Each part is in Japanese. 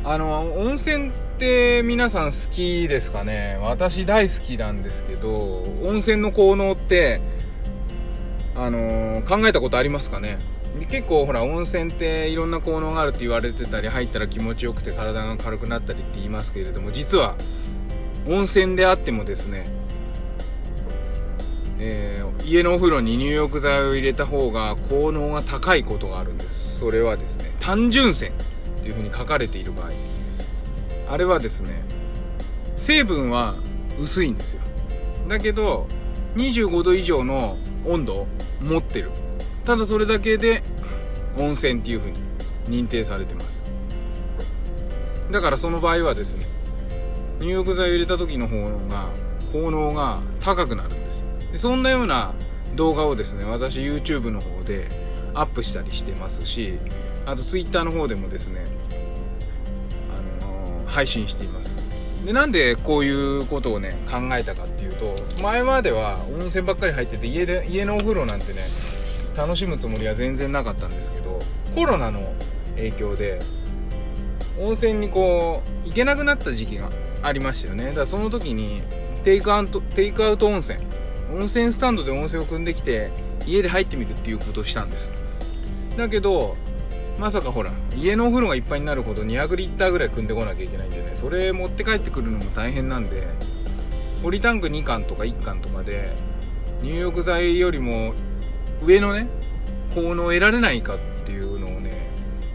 温泉って皆さん好きですかね。私大好きなんですけど、温泉の効能って考えたことありますかね。結構ほら、温泉っていろんな効能があるって言われてたり、入ったら気持ちよくて体が軽くなったりって言いますけれども、実は温泉であってもですね、家のお風呂に入浴剤を入れた方が効能が高いことがあるんです。それはですね、単純泉っていう風に書かれている場合、あれはですね、成分は薄いんですよ。だけど25度以上の温度を持ってる。ただそれだけで温泉っていう風に認定されてます。だからその場合はですね、入浴剤を入れた時の方が効能が高くなるんですよ。でそんなような動画をですね、私 YouTube の方でアップしたりしてますし、あと Twitter の方でもですね、配信しています。で、なんでこういうことをね考えたかっていうと、前までは温泉ばっかり入ってて、家のお風呂なんてね楽しむつもりは全然なかったんですけど、コロナの影響で温泉に行けなくなった時期がありましたよね。だからその時にテイクアウト温泉スタンドで温泉を汲んできて家で入ってみるっていうことをしたんです。だけどまさかほら、家のお風呂がいっぱいになるほど200リッターぐらい汲んでこなきゃいけないんでね、それ持って帰ってくるのも大変なんで、ポリタンク2缶とか1缶とかで入浴剤よりも上のね効能を得られないかっていうのをね、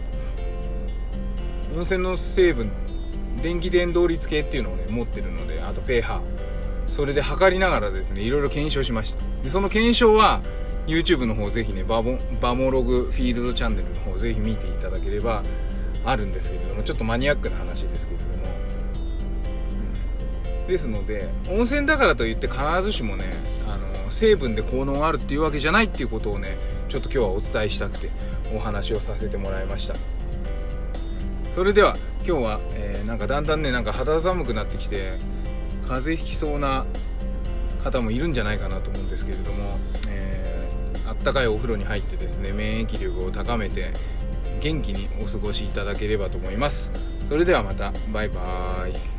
温泉の成分、電気伝導率計っていうのをね持ってるので、あとpH、それで測りながらですね、いろいろ検証しました。でその検証は YouTube の方ぜひね、バモログフィールドチャンネルの方ぜひ見ていただければあるんですけれども、ちょっとマニアックな話ですけれども、ですので温泉だからといって必ずしもね成分で効能があるっていうわけじゃないっていうことをね、ちょっと今日はお伝えしたくてお話をさせてもらいました。それでは今日は、なんかだんだんね肌寒くなってきて風邪ひきそうな方もいるんじゃないかなと思うんですけれども、あったかいお風呂に入ってですね、免疫力を高めて元気にお過ごしいただければと思います。それではまた、バイバーイ。